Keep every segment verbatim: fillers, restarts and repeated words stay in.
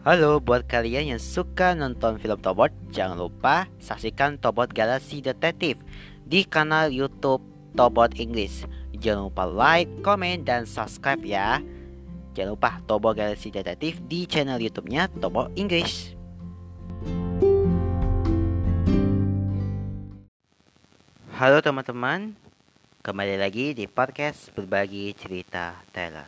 Halo, buat kalian yang suka nonton film Tobot, jangan lupa saksikan Tobot Galaxy Detektif di kanal YouTube Tobot English. Jangan lupa like, komen, dan subscribe ya. Jangan lupa Tobot Galaxy Detektif di channel YouTube-nya Tobot English. Halo teman-teman, kembali lagi di podcast Berbagi Cerita Tyler.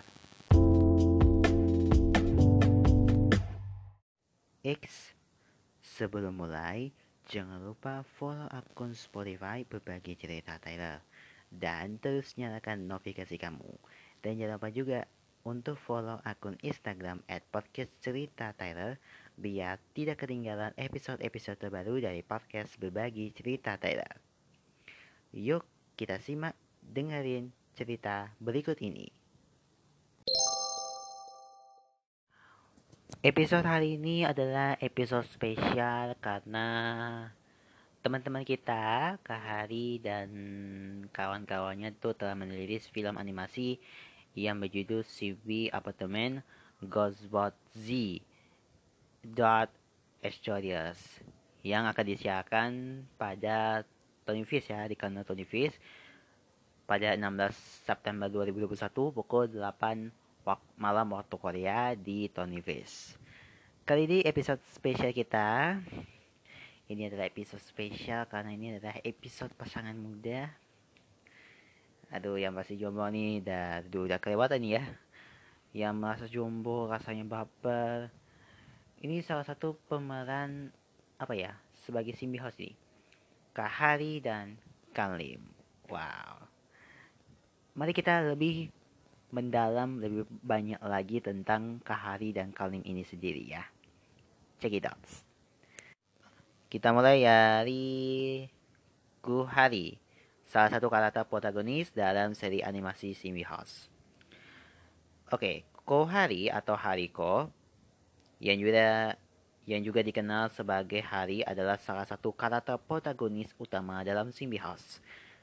X, sebelum mulai, jangan lupa follow akun Spotify Berbagi Cerita Tyler dan terus nyalakan notifikasi kamu. Dan jangan lupa juga untuk follow akun Instagram at podcast cerita Tyler biar tidak ketinggalan episode-episode terbaru dari podcast Berbagi Cerita Tyler. Yuk kita simak dengerin cerita berikut ini. Episode hari ini adalah episode spesial karena teman-teman kita, Kak Hari dan kawan-kawannya tuh telah merilis film animasi yang berjudul C V Apartment Ghostbot Z Dark Stories yang akan disiarkan pada Tonivis ya, di kanal Tonivis pada enam belas September dua ribu dua puluh satu pukul delapan malam waktu Korea di Tonivis. Kali ini episode spesial kita. Ini adalah episode spesial karena ini adalah episode pasangan muda. Aduh, yang masih jomblo nih udah, udah kelewatan nih ya. Yang merasa jomblo, rasanya baper. Ini salah satu pemeran apa ya? Sebagai simbios nih. Kak Hari dan Kang Lim. Wow. Mari kita lebih mendalam lebih banyak lagi tentang Kak Hari dan Kang Lim ini sendiri ya. Check it out. Kita mulai dari Gu Hari, salah satu karakter protagonis dalam seri animasi Shimmy House. Oke, Ko Hari atau Hariko yang juga yang juga dikenal sebagai Hari adalah salah satu karakter protagonis utama dalam Shimmy House.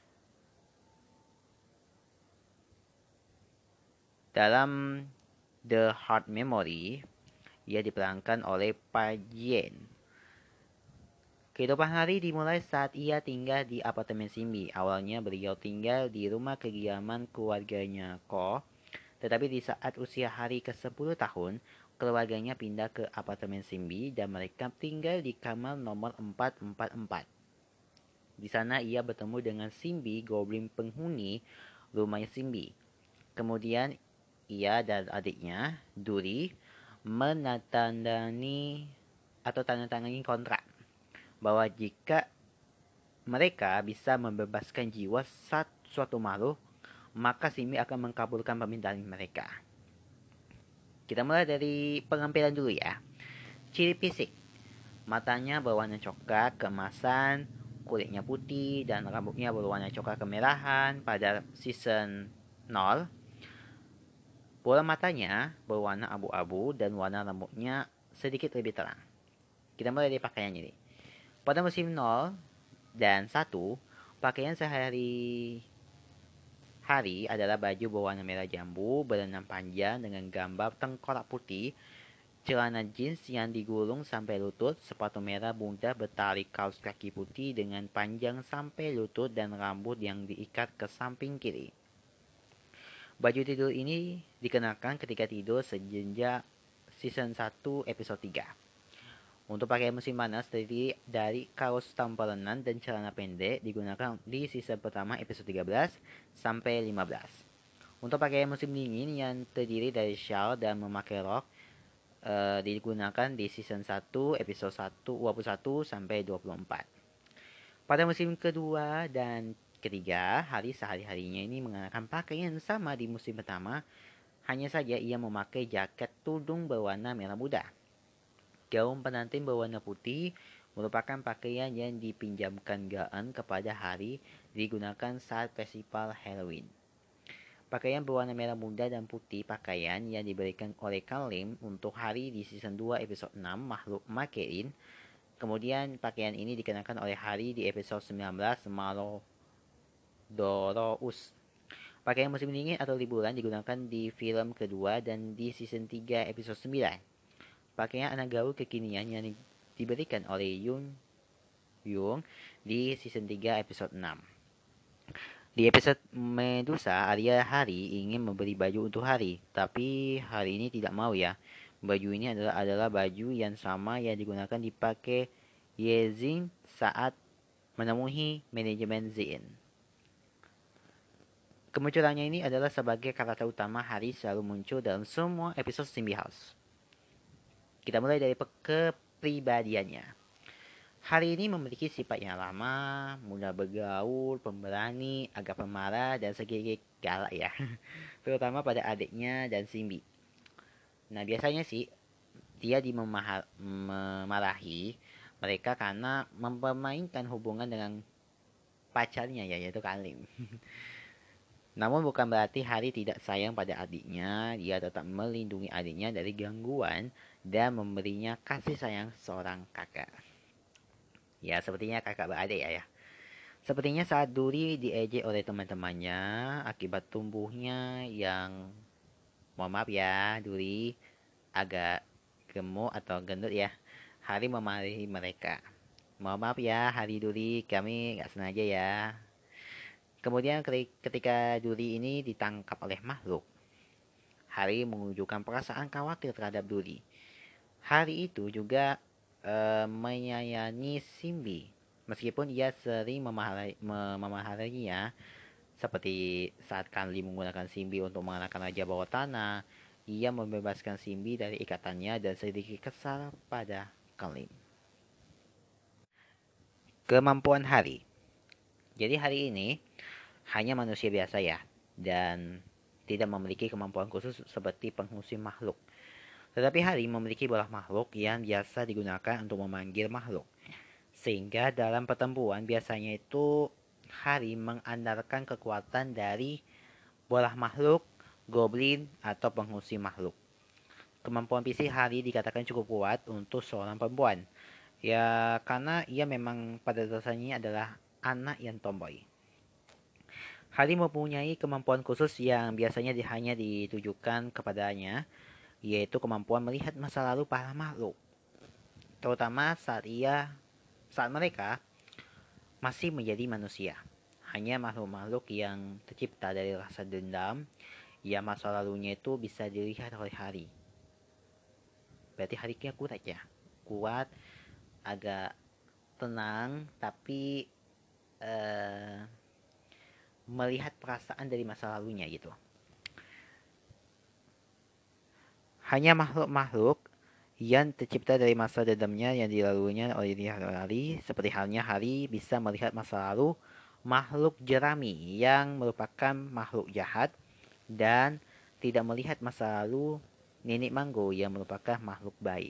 Dalam The Heart Memory, ia diperankan oleh Park Jin. Kehidupan Hari dimulai saat ia tinggal di apartemen Simbi. Awalnya beliau tinggal di rumah kediaman keluarganya Ko, tetapi di saat usia Hari ke sepuluh tahun, keluarganya pindah ke apartemen Simbi dan mereka tinggal di kamar nomor empat empat empat. Di sana ia bertemu dengan Simbi, goblin penghuni rumahnya Simbi. Kemudian ia dan adiknya, Duri, menandatangani atau tanda tangani kontrak bahwa jika mereka bisa membebaskan jiwa saat suatu makhluk, maka Simbi akan mengabulkan permintaan mereka. Kita mulai dari pengambilan dulu ya. Ciri fisik. Matanya berwarna coklat keemasan, kulitnya putih, dan rambutnya berwarna coklat kemerahan pada season nol. Bola matanya berwarna abu-abu dan warna rambutnya sedikit lebih terang. Kita mulai dari pakaiannya nih. Pada musim nol dan satu, pakaian sehari hari adalah baju berwarna merah jambu, berlengan panjang dengan gambar tengkorak putih, celana jeans yang digulung sampai lutut, sepatu merah muda bertali kaos kaki putih dengan panjang sampai lutut dan rambut yang diikat ke samping kiri. Baju tidur ini dikenakan ketika tidur sejak season satu episode tiga. Untuk pakaian musim panas terdiri dari kaos tanpa lengan dan celana pendek digunakan di season pertama episode tiga belas sampai lima belas. Untuk pakaian musim dingin yang terdiri dari shawl dan memakai rok uh, digunakan di season satu episode satu dua puluh satu sampai dua puluh empat. Pada musim kedua dan ketiga, Hari sehari-harinya ini mengenakan pakaian sama di musim pertama, hanya saja ia memakai jaket tudung berwarna merah muda. Gaun pengantin berwarna putih merupakan pakaian yang dipinjamkan Gaan kepada Hari digunakan saat festival Halloween. Pakaian berwarna merah muda dan putih pakaian yang diberikan oleh Kang Lim untuk Hari di season dua episode enam Makhluk Makein. Kemudian pakaian ini dikenakan oleh Hari di episode sembilan belas Malo Dorous. Pakaian musim dingin atau liburan digunakan di film kedua dan di season tiga episode sembilan. pakaian anak gaul kekinian yang diberikan oleh Yoon Young di season tiga episode enam. Di episode Medusa, Arya Hari ingin membeli baju untuk Hari, tapi Hari ini tidak mau ya. Baju ini adalah adalah baju yang sama yang digunakan dipakai Yezin saat menemui manajemen Zin. Kemunculannya ini adalah sebagai karakter utama. Hari selalu muncul dalam semua episode Simbi House. Kita mulai dari kepribadiannya. Hari ini memiliki sifat yang lama, mudah bergaul, pemberani, agak pemarah, dan sedikit galak ya. Terutama pada adiknya dan Simbi. Nah biasanya sih dia dimarahi mereka karena mempermainkan hubungan dengan pacarnya ya, yaitu Kalim. Namun bukan berarti Hari tidak sayang pada adiknya. Dia tetap melindungi adiknya dari gangguan dan memberinya kasih sayang seorang kakak. Ya, sepertinya kakak beradik ya, ya. Sepertinya saat Duri diejek oleh teman-temannya akibat tumbuhnya yang, mohon maaf ya, Duri agak gemuk atau gendut ya. Hari memarahi mereka. Mohon maaf ya, Hari Duri, kami nggak sengaja ya. Kemudian ketika Duri ini ditangkap oleh makhluk, Hari menunjukkan perasaan khawatir terhadap Duri. Hari itu juga e, menyayangi Simbi, meskipun ia sering memelihara seperti saat Kanli menggunakan Simbi untuk mengalahkan Raja Bawah Tanah. Ia membebaskan Simbi dari ikatannya dan sedikit kesal pada Kanli. Kemampuan Hari. Jadi Hari ini hanya manusia biasa ya, dan tidak memiliki kemampuan khusus seperti pengungsi makhluk. Tetapi Hari memiliki bola makhluk yang biasa digunakan untuk memanggil makhluk. Sehingga dalam pertempuran biasanya itu Hari mengandalkan kekuatan dari bola makhluk, goblin, atau pengungsi makhluk. Kemampuan fisik Hari dikatakan cukup kuat untuk seorang perempuan. Ya karena ia memang pada dasarnya adalah anak yang tomboy. Hari mempunyai kemampuan khusus yang biasanya hanya ditujukan kepadanya, yaitu kemampuan melihat masa lalu para makhluk, terutama saat ia saat mereka masih menjadi manusia. Hanya makhluk-makhluk yang tercipta dari rasa dendam, ya masa lalunya itu bisa dilihat oleh Hari. Berarti Harinya kuat ya, kuat, agak tenang, tapi eh, melihat perasaan dari masa lalunya gitu. Hanya makhluk-makhluk yang tercipta dari masa dendamnya yang dilaluinya oleh Hari, seperti halnya Hari bisa melihat masa lalu makhluk jerami yang merupakan makhluk jahat, dan tidak melihat masa lalu Nenek Manggo yang merupakan makhluk baik.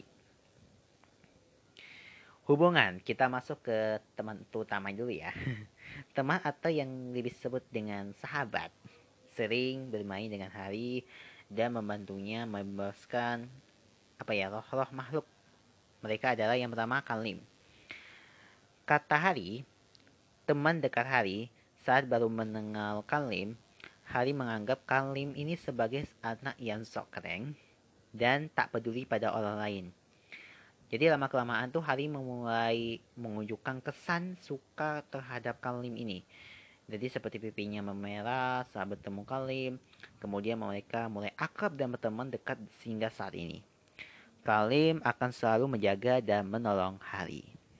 Hubungan, kita masuk ke teman utama dulu ya. Teman atau yang lebih disebut dengan sahabat sering bermain dengan Hari dan membantunya membebaskan apa ya roh-roh makhluk. Mereka adalah yang pertama Kalim. Kata Hari, teman dekat Hari saat baru mengenal Kalim, Hari menganggap Kalim ini sebagai anak yang sok keren dan tak peduli pada orang lain. Jadi lama kelamaan tuh Hari memulai menunjukkan kesan suka terhadap Kalim ini. Jadi seperti pipinya memerah saat bertemu Kalim. Kemudian mereka mulai akrab dan berteman dekat hingga saat ini. Kalim akan selalu menjaga dan menolong Hari.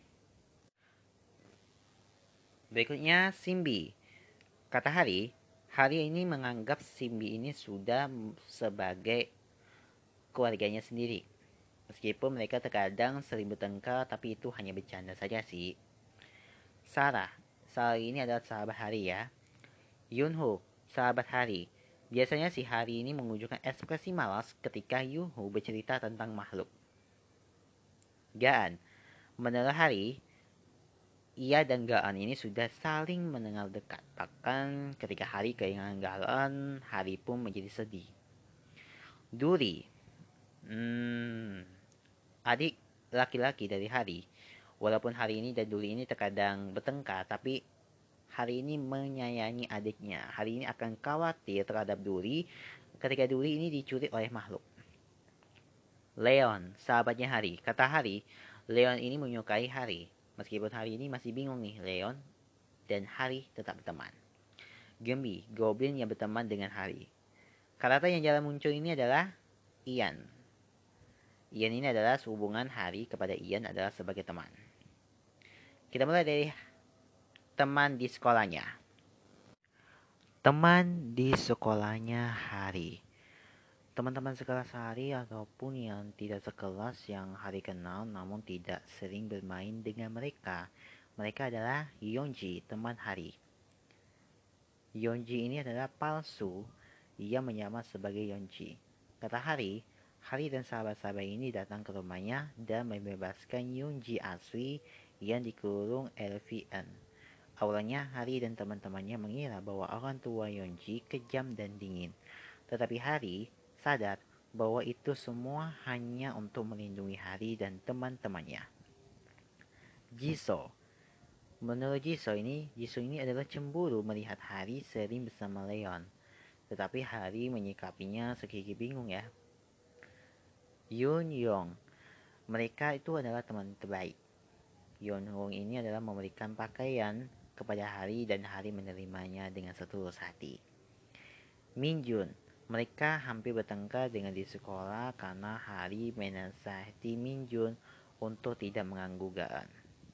Berikutnya Simbi. Kata Hari, Hari ini menganggap Simbi ini sudah sebagai keluarganya sendiri. Meskipun mereka terkadang sering bertengkar, tapi itu hanya bercanda saja sih. Sarah. Sarah ini adalah sahabat Hari ya. Yunho, sahabat Hari. Biasanya si Hari ini menunjukkan ekspresi malas ketika Yunho bercerita tentang makhluk. Gaan. Menurut Hari, ia dan Gaan ini sudah saling mengenal dekat. Bahkan ketika Hari kehilangan Gaan, Hari pun menjadi sedih. Duri. Hmm, adik laki-laki dari Hari. Walaupun Hari ini dan Duri ini terkadang bertengkar, tapi Hari ini menyayangi adiknya. Hari ini akan khawatir terhadap Duri ketika Duri ini diculik oleh makhluk. Leon, sahabatnya Hari. Kata Hari, Leon ini menyukai Hari. Meskipun Hari ini masih bingung nih, Leon dan Hari tetap berteman. Gembi, goblin yang berteman dengan Hari. Karakter yang jarang muncul ini adalah Ian. Ian ini adalah hubungan Hari kepada Ian adalah sebagai teman. Kita mulai dari teman di sekolahnya. Teman di sekolahnya Hari. Teman-teman sekelas Hari ataupun yang tidak sekelas yang Hari kenal namun tidak sering bermain dengan mereka. Mereka adalah Yongji, teman Hari. Yongji ini adalah palsu. Ia menyamar sebagai Yongji. Kata Hari, Hari dan sahabat-sahabat ini datang ke rumahnya dan membebaskan Yongji asli yang dikurung L V N. Awalnya Hari dan teman-temannya mengira bahwa orang tua Yongji kejam dan dingin. Tetapi Hari sadar bahwa itu semua hanya untuk melindungi Hari dan teman-temannya. Jisoo. Menurut Jisoo ini, Jisoo ini adalah cemburu melihat Hari sering bersama Leon. Tetapi Hari menyikapinya sedikit bingung ya. Yoon Yong. Mereka itu adalah teman terbaik. Yoon Yong ini adalah memberikan pakaian kepada Hari dan Hari menerimanya dengan setulus hati. Min Jun. Mereka hampir bertengkar dengan di sekolah karena Hari menasihati Min Jun untuk tidak mengganggu Gaan.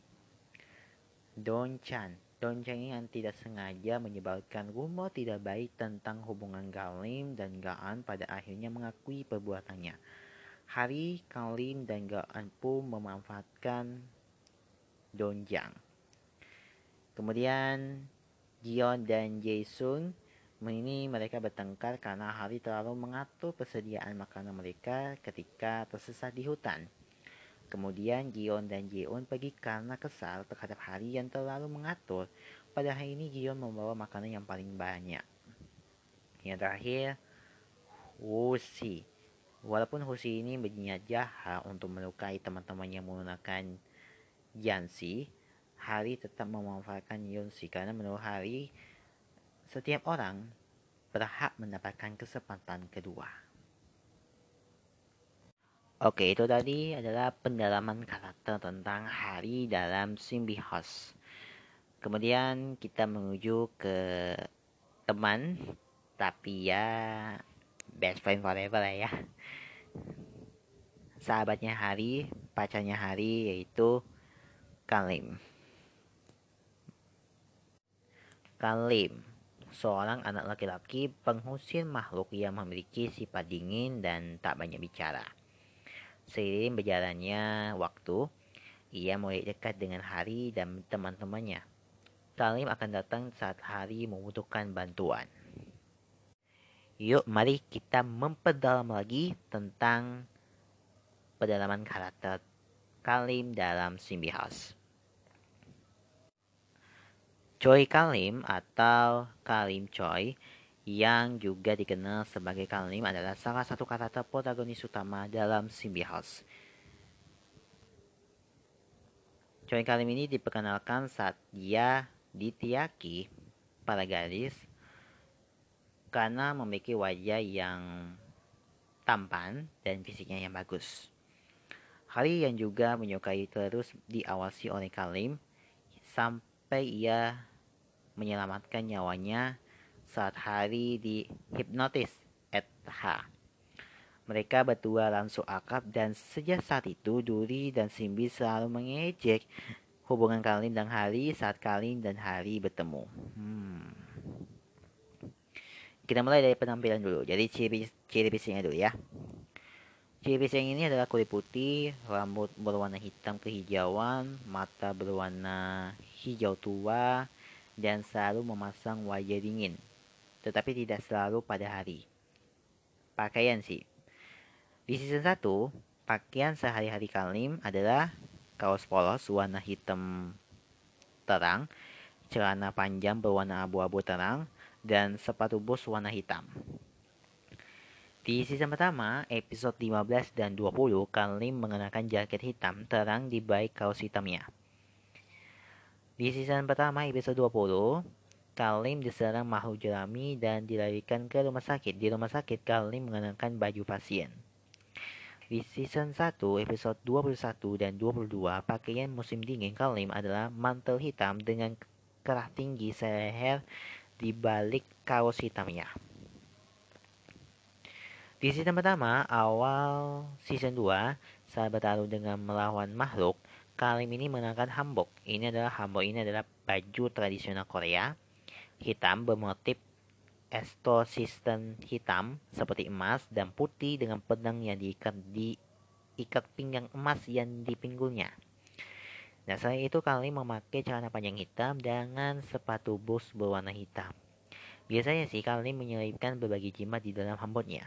Don Chan. Don Chan ini yang tidak sengaja menyebarkan rumor tidak baik tentang hubungan Galim dan Gaan pada akhirnya mengakui perbuatannya. Hari, Galim, dan Gaan pun memanfaatkan Don Jang. Kemudian Jion dan Jae-sung. Ini mereka bertengkar karena Hari terlalu mengatur persediaan makanan mereka ketika tersesat di hutan. Kemudian Gion dan Jeon pergi karena kesal terhadap Hari yang terlalu mengatur. Pada hari ini Gion membawa makanan yang paling banyak. Yang terakhir, Husi. Walaupun Husi ini berniat jahat untuk melukai teman-temannya menggunakan Yansi, Hari tetap memanfaatkan Yonsi karena menurut Hari setiap orang berhak mendapatkan kesempatan kedua. Oke, itu tadi adalah pendalaman karakter tentang Hari dalam Symbiosis. Kemudian kita menuju ke teman, tapi ya best friend forever lah ya. Sahabatnya Hari, pacarnya Hari yaitu Kalim. Kalim, seorang anak laki-laki pengusir makhluk yang memiliki sifat dingin dan tak banyak bicara. Seiring berjalannya waktu, ia mulai dekat dengan Hari dan teman-temannya. Kalim akan datang saat Hari membutuhkan bantuan. Yuk, mari kita memperdalam lagi tentang pendalaman karakter Kalim dalam Symbiosis. Choi Kalim atau Kalim Choi yang juga dikenal sebagai Kalim adalah salah satu karakter protagonis utama dalam Symbiosis. Choi Kalim ini diperkenalkan saat dia ditiaki para gadis karena memiliki wajah yang tampan dan fisiknya yang bagus. Hari yang juga menyukai terus diawasi oleh Kalim sampai ia menyelamatkan nyawanya saat Hari dihipnotis et H. Mereka berdua langsung akrab dan sejak saat itu Duri dan Simbi selalu mengejek hubungan Kalim dan Hari saat Kalim dan Hari bertemu. Hmm. Kita mulai dari penampilan dulu. Jadi ciri ciri fisiknya dulu ya. Ciri fisik ini adalah kulit putih, rambut berwarna hitam kehijauan, mata berwarna hijau tua, dan selalu memasang wajah dingin, tetapi tidak selalu pada Hari. Pakaian sih. Di season satu, pakaian sehari-hari Kalim adalah kaos polos warna hitam terang, celana panjang berwarna abu-abu terang, dan sepatu boots warna hitam. Di season pertama, episode lima belas dan dua puluh, Kalim mengenakan jaket hitam terang di balik kaos hitamnya. Di season pertama episode dua puluh, Kalim diserang makhluk jerami dan dilarikan ke rumah sakit. Di rumah sakit, Kalim mengenakan baju pasien. Di season satu, episode dua puluh satu dan dua puluh dua, pakaian musim dingin Kalim adalah mantel hitam dengan kerah tinggi seleher di balik kaos hitamnya. Di season pertama, awal season dua, saat bertarung dengan melawan makhluk, Kalim ini mengenakan hanbok. Ini adalah hanbok ini adalah baju tradisional Korea, hitam bermotif esto sistem hitam seperti emas dan putih dengan pedang yang diikat di ikat pinggang emas yang di pinggulnya. Nah, selain itu Kalim memakai celana panjang hitam dengan sepatu boots berwarna hitam. Biasanya sih Kalim menyelipkan berbagai jimat di dalam hanboknya.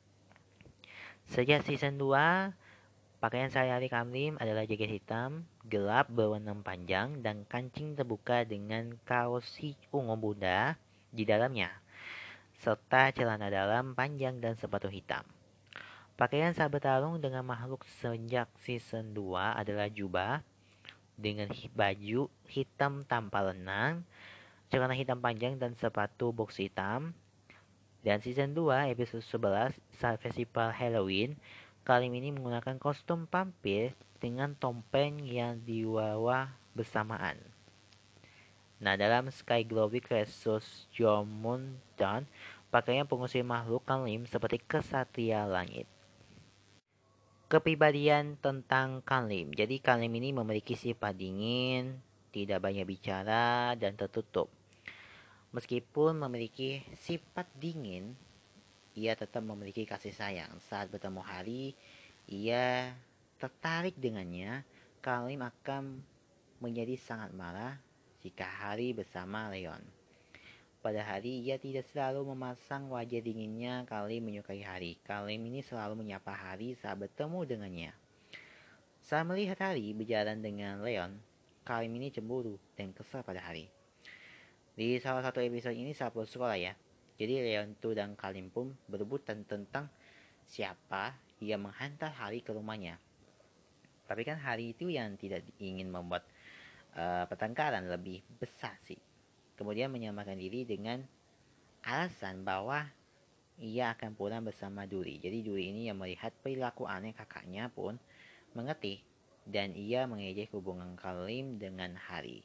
Sejak season dua, pakaian sehari-hari Kalim adalah jaket hitam, gelap berwarna panjang, dan kancing terbuka dengan kaos ungu muda di dalamnya, serta celana dalam panjang dan sepatu hitam. Pakaian saat bertarung dengan makhluk sejak season dua adalah jubah dengan baju hitam tanpa lengan, celana hitam panjang dan sepatu box hitam. Dan season dua episode sebelas saat festival Halloween, Kalim ini menggunakan kostum vampir dengan topeng yang dibawa bersamaan. Nah, dalam Sky Glowy versus Jomon Dawn, pakaian pengusir makhluk Kalim seperti kesatria langit. Kepribadian tentang Kalim. Jadi Kalim ini memiliki sifat dingin, tidak banyak bicara, dan tertutup. Meskipun memiliki sifat dingin, ia tetap memiliki kasih sayang. Saat bertemu Hari, ia tertarik dengannya. Kalim akan menjadi sangat marah jika Hari bersama Leon. Pada Hari, ia tidak selalu memasang wajah dinginnya. Kalim menyukai Hari. Kalim ini selalu menyapa Hari saat bertemu dengannya. Saat melihat Hari berjalan dengan Leon, Kalim ini cemburu dan kesal pada Hari. Di salah satu episode ini saat pulang sekolah ya. Jadi Leon Tu dan Kalim pun berebutan tentang siapa yang menghantar Hari ke rumahnya. Tapi kan Hari itu yang tidak ingin membuat uh, pertengkaran lebih besar sih. Kemudian menyamakan diri dengan alasan bahwa ia akan pulang bersama Duri. Jadi Duri ini yang melihat perilaku aneh kakaknya pun mengerti dan ia mengejek hubungan Kalim dengan Hari.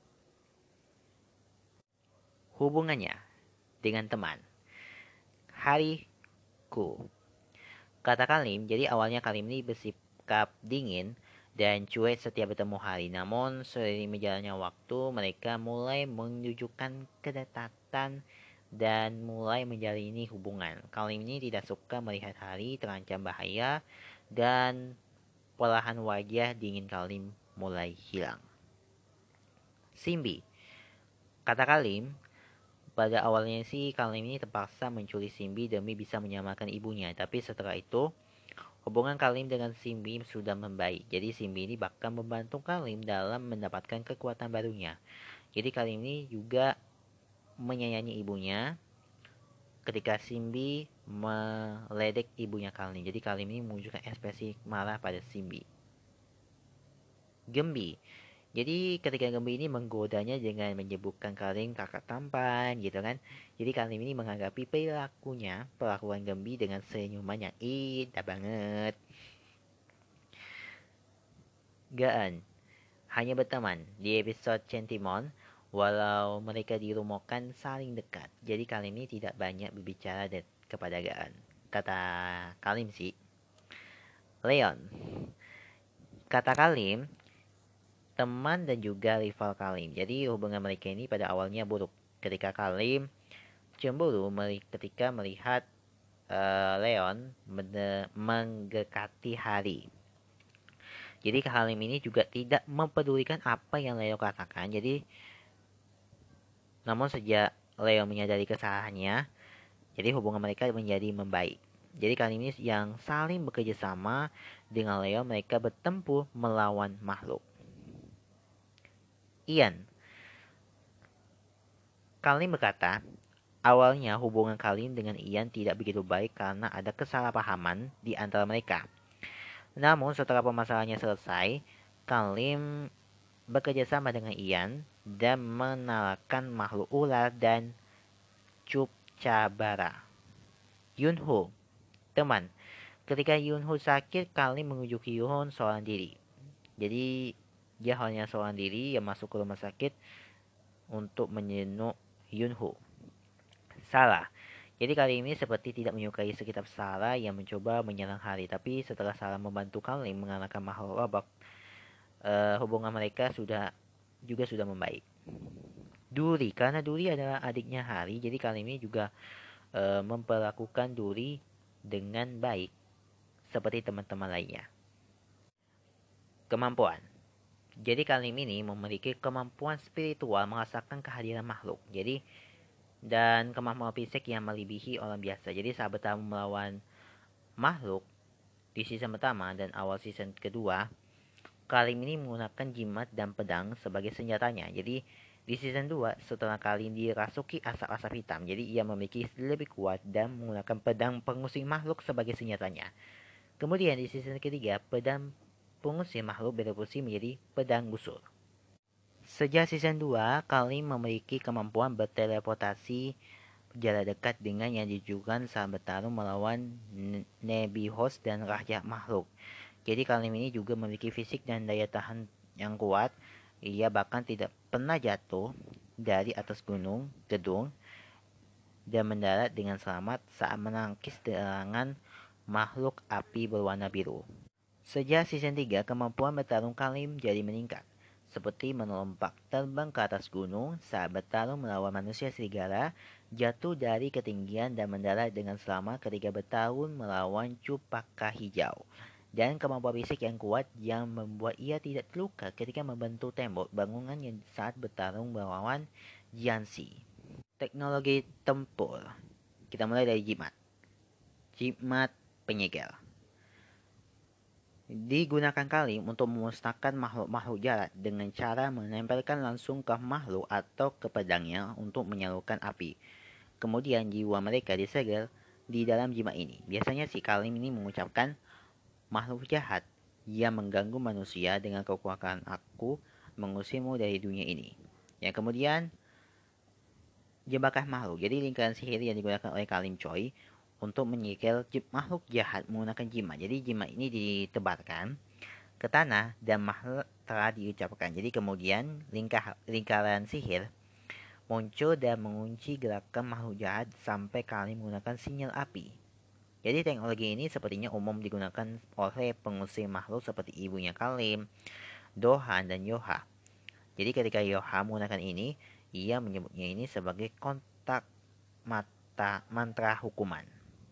Hubungannya dengan teman. Hariku. Kata Kalim, jadi awalnya Kalim ini bersikap dingin dan cuek setiap bertemu Hari. Namun seiring berjalannya waktu, mereka mulai menunjukkan kedekatan dan mulai menjalin hubungan. Kalim ini tidak suka melihat Hari terancam bahaya dan perlahan wajah dingin Kalim mulai hilang. Simbi. Kata Kalim, pada awalnya sih Kalim ini terpaksa menculik Simbi demi bisa menyelamatkan ibunya. Tapi setelah itu hubungan Kalim dengan Simbi sudah membaik. Jadi Simbi ini bahkan membantu Kalim dalam mendapatkan kekuatan barunya. Jadi Kalim ini juga menyayangi ibunya ketika Simbi meledek ibunya Kalim. Jadi Kalim ini menunjukkan ekspresi marah pada Simbi. Gembi. Jadi ketika Gembi ini menggodanya dengan menyebutkan Kalim kakak tampan gitu kan. Jadi Kalim ini menganggapi perilakunya, perlakuan Gembi dengan senyuman yang indah banget. Gaan. Hanya berteman. Di episode Centimon, walau mereka dirumorkan saling dekat. Jadi Kalim ini tidak banyak berbicara kepada Gaan. Kata Kalim sih. Leon. Kata Kalim, teman dan juga rival Kalim. Jadi hubungan mereka ini pada awalnya buruk. Ketika Kalim cemburu ketika melihat uh, Leon mendekati Hari. Jadi Kalim ini juga tidak mempedulikan apa yang Leon katakan. Jadi namun sejak Leon menyadari kesalahannya, jadi hubungan mereka menjadi membaik. Jadi kali ini yang saling bekerja sama dengan Leon, mereka bertempur melawan makhluk. Ian. Kalim berkata, awalnya hubungan Kalim dengan Ian tidak begitu baik karena ada kesalahpahaman di antara mereka. Namun setelah permasalahannya selesai, Kalim bekerja sama dengan Ian dan menalakan makhluk ular dan Cupcabara. Yunho, teman. Ketika Yunho sakit, Kalim mengunjungi Yunho seorang diri. Jadi dia hanya seorang diri yang masuk ke rumah sakit untuk menjenguk Yunho. Salah. Jadi kali ini seperti tidak menyukai sekitar Sarah yang mencoba menyerang Hari. Tapi setelah Sarah membantu Kalim mengalahkan makhluk robot, uh, hubungan mereka sudah juga sudah membaik. Duri, karena Duri adalah adiknya Hari, jadi kali ini juga uh, memperlakukan Duri dengan baik seperti teman-teman lainnya. Kemampuan. Jadi Kalim ini memiliki kemampuan spiritual merasakan kehadiran makhluk. Jadi dan kemampuan fisik yang melebihi orang biasa. Jadi saat bertarung melawan makhluk di season pertama dan awal season kedua, Kalim ini menggunakan jimat dan pedang sebagai senjatanya. Jadi di season dua, setelah Kalim dirasuki asap-asap hitam, jadi ia memiliki lebih kuat dan menggunakan pedang pengusir makhluk sebagai senjatanya. Kemudian di season ketiga, pedang pengusir makhluk berevolusi menjadi pedang gusur. Sejak season dua, Kalim memiliki kemampuan berteleportasi jarak dekat dengan yang ditujukan saat bertarung melawan Nebihos dan Raja Makhluk. Jadi Kalim ini juga memiliki fisik dan daya tahan yang kuat. Ia bahkan tidak pernah jatuh dari atas gunung, gedung, dan mendarat dengan selamat saat menangkis serangan makhluk api berwarna biru. Sejak season tiga, kemampuan bertarung Kalim jadi meningkat, seperti melompat terbang ke atas gunung saat bertarung melawan manusia serigala, jatuh dari ketinggian dan mendarat dengan selamat ketika bertarung melawan cupaka hijau, dan kemampuan fisik yang kuat yang membuat ia tidak terluka ketika membentuk tembok bangunan yang saat bertarung melawan Jianxi. Teknologi tempur. Kita mulai dari jimat. Jimat penyegel. Digunakan Kalim untuk memusnahkan makhluk-makhluk jarak dengan cara menempelkan langsung ke makhluk atau ke pedangnya untuk menyalurkan api. Kemudian jiwa mereka disegel di dalam jimat ini. Biasanya si Kalim ini mengucapkan, makhluk jahat yang mengganggu manusia dengan kekuatan aku mengusirmu dari dunia ini. Yang kemudian jebakan makhluk. Jadi lingkaran sihir yang digunakan oleh Kalim Choi untuk menyegel makhluk jahat menggunakan jimat. Jadi jimat ini ditebarkan ke tanah dan makhluk telah diucapkan. Jadi kemudian lingkar, lingkaran sihir muncul dan mengunci gerakan makhluk jahat sampai Kalim menggunakan sinyal api. Jadi teknologi ini sepertinya umum digunakan oleh pengusir makhluk seperti ibunya Kalim, Dohan, dan Yoha. Jadi ketika Yoha menggunakan ini, ia menyebutnya ini sebagai kontak mata mantra hukuman.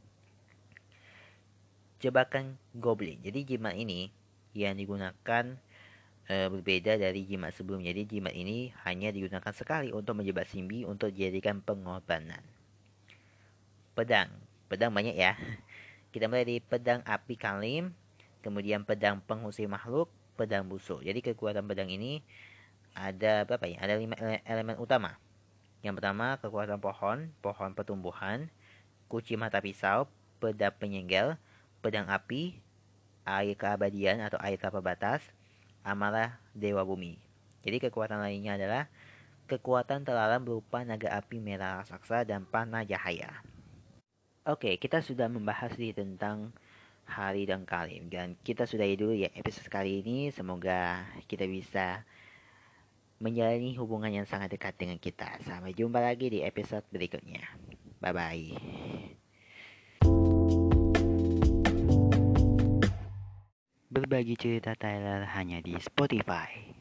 Jebakan Goblin. Jadi jimat ini yang digunakan e, berbeda dari jimat sebelumnya. Jadi jimat ini hanya digunakan sekali untuk menjebak Simbi untuk dijadikan pengorbanan. Pedang. Pedang banyak ya. Kita mulai dari pedang api Kalim, kemudian pedang pengusir makhluk, pedang busuk. Jadi kekuatan pedang ini ada berapa ya? Ada lima elemen utama. Yang pertama kekuatan pohon, pohon pertumbuhan, kunci mata pisau, pedang penyegel, pedang api, air keabadian atau air tanpa batas, amarah dewa bumi. Jadi kekuatan lainnya adalah kekuatan terlarang berupa naga api merah raksasa dan panah cahaya. Oke, kita sudah membahas di tentang Hari dan Kalim, dan kita sudahi dulu ya episode kali ini. Semoga kita bisa menjalani hubungan yang sangat dekat dengan kita. Sampai jumpa lagi di episode berikutnya. Bye bye. Berbagi cerita Tyler hanya di Spotify.